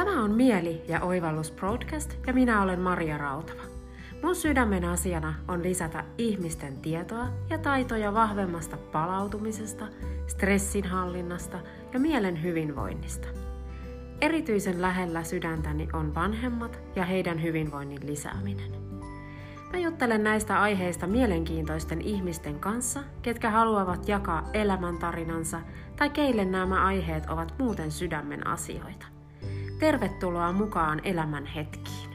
Tämä on Mieli- ja oivallus-podcast ja minä olen Maria Rautava. Mun sydämen asiana on lisätä ihmisten tietoa ja taitoja vahvemmasta palautumisesta, stressinhallinnasta ja mielen hyvinvoinnista. Erityisen lähellä sydäntäni on vanhemmat ja heidän hyvinvoinnin lisääminen. Mä juttelen näistä aiheista mielenkiintoisten ihmisten kanssa, ketkä haluavat jakaa elämäntarinansa tai keille nämä aiheet ovat muuten sydämen asioita. Tervetuloa mukaan elämän hetkiin.